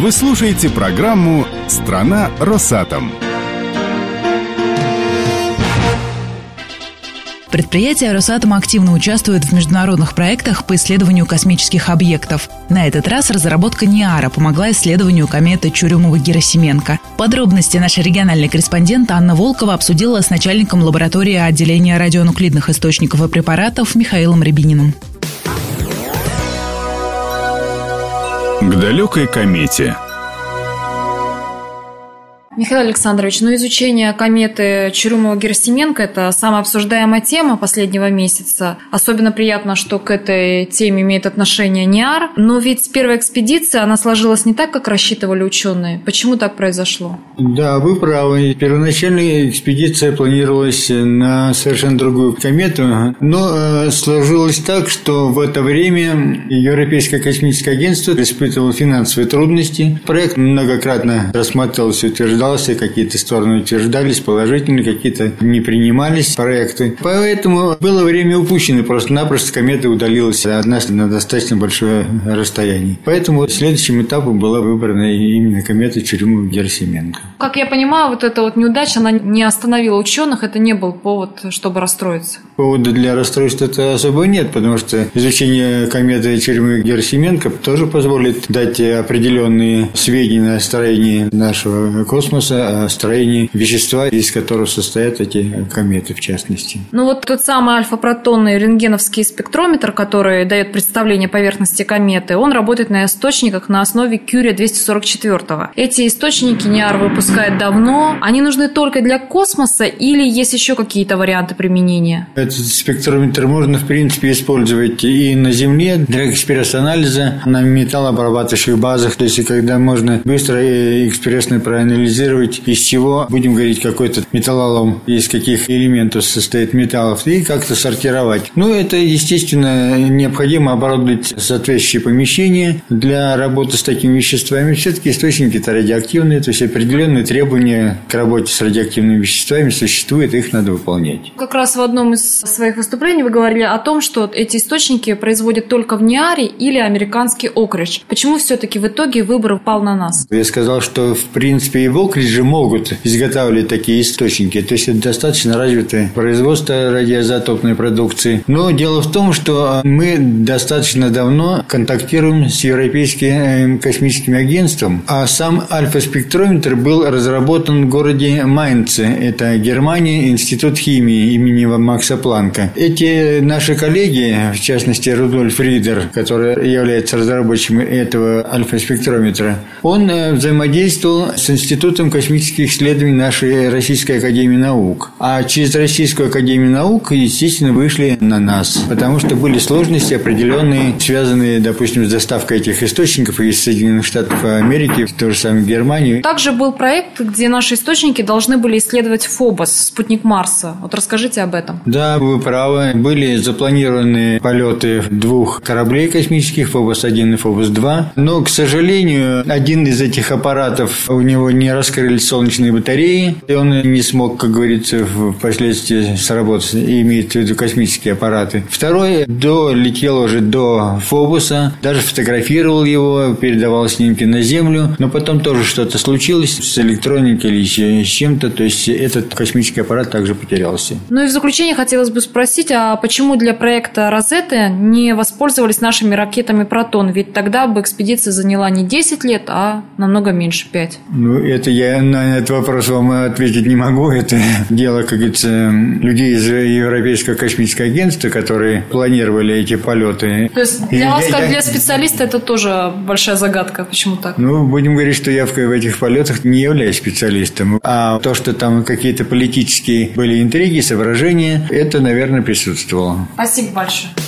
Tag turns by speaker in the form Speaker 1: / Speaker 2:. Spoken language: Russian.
Speaker 1: Вы слушаете программу «Страна Росатом».
Speaker 2: Предприятие «Росатом» активно участвует в международных проектах по исследованию космических объектов. На этот раз разработка НИАРа помогла исследованию кометы Чурюмова-Герасименко. Подробности наша региональный корреспондент Анна Волкова обсудила с начальником лаборатории отделения радионуклидных источников и препаратов Михаилом Рябининым.
Speaker 1: К далекой комете.
Speaker 3: Михаил Александрович, изучение кометы Чурюмова-Герасименко – это самая обсуждаемая тема последнего месяца. Особенно приятно, что к этой теме имеет отношение НИАР. Но ведь первая экспедиция, она сложилась не так, как рассчитывали ученые. Почему так произошло?
Speaker 4: Да, вы правы. Первоначальная экспедиция планировалась на совершенно другую комету. Но сложилось так, что в это время Европейское космическое агентство испытывало финансовые трудности. Проект многократно рассматривался и утверждался. Какие-то стороны утверждались положительные, какие-то не принимались проекты. Поэтому было время упущено. Просто-напросто комета удалилась от нас на достаточно большое расстояние. Поэтому следующим этапом была выбрана именно комета Чурюмова-Герасименко.
Speaker 3: Как я понимаю, эта неудача, она не остановила ученых, это не был повод, чтобы расстроиться.
Speaker 4: Повода для расстройства особо нет, потому что изучение кометы Чурюмова-Герасименко тоже позволит дать определенные сведения о строении нашего космоса, о строении вещества, из которого состоят эти кометы, в частности.
Speaker 3: Тот самый альфа-протонный рентгеновский спектрометр, который дает представление поверхности кометы, он работает на источниках на основе Кюри-244. Эти источники НИАР выпускает давно. Они нужны только для космоса или есть еще какие-то варианты применения?
Speaker 4: Этот спектрометр можно, в принципе, использовать и на Земле для экспресс-анализа на металлообрабатывающих базах. То есть, когда можно быстро и экспрессно проанализировать, из чего, будем говорить, какой-то металлолом, из каких элементов состоит металлов, и как-то сортировать. Это, естественно, необходимо оборудовать соответствующие помещения для работы с такими веществами. Все-таки источники-то радиоактивные, то есть определенные требования к работе с радиоактивными веществами существуют, их надо выполнять.
Speaker 3: Как раз в одном из своих выступлений вы говорили о том, что эти источники производят только в НИАРе или американский Окридж. Почему все-таки в итоге выбор пал на нас?
Speaker 4: Я сказал, что в принципе и в Окридже могут изготавливать такие источники. То есть это достаточно развитое производство радиоизотопной продукции. Но дело в том, что мы достаточно давно контактируем с Европейским космическим агентством, а сам альфа-спектрометр был разработан в городе Майнце. Это Германия, Институт химии имени Макса Планка. Эти наши коллеги, в частности Рудольф Ридер, который является разработчиком этого альфа-спектрометра, он взаимодействовал с Институтом космических исследований нашей Российской академии наук. А через Российскую академию наук, естественно, вышли на нас, потому что были сложности определенные, связанные, допустим, с доставкой этих источников из Соединенных Штатов Америки, в ту же самую Германию.
Speaker 3: Также был проект, где наши источники должны были исследовать Фобос, спутник Марса. Расскажите об этом.
Speaker 4: Да, вы правы. Были запланированы полеты двух кораблей космических, Фобос-1 и Фобос-2. Но, к сожалению, один из этих аппаратов, у него не раскрылись солнечные батареи, и он не смог, как говорится, впоследствии сработать, имеет в виду космические аппараты. Второй долетел уже до Фобоса, даже фотографировал его, передавал снимки на Землю, но потом тоже что-то случилось с электроникой или с чем-то, то есть этот космический аппарат также потерялся.
Speaker 3: И в заключение хотелось бы спросить, а почему для проекта «Розетта» не воспользовались нашими ракетами «Протон»? Ведь тогда бы экспедиция заняла не 10 лет, а намного меньше, 5.
Speaker 4: Это я на этот вопрос вам ответить не могу. Это дело, как говорится, людей из Европейского космического агентства, которые планировали эти полеты.
Speaker 3: То есть для вас, как для специалиста, это тоже большая загадка. Почему так?
Speaker 4: Будем говорить, что я в этих полетах не являюсь специалистом. А то, что там какие-то политические были интриги, соображения, это, наверное, присутствовало.
Speaker 3: Спасибо большое.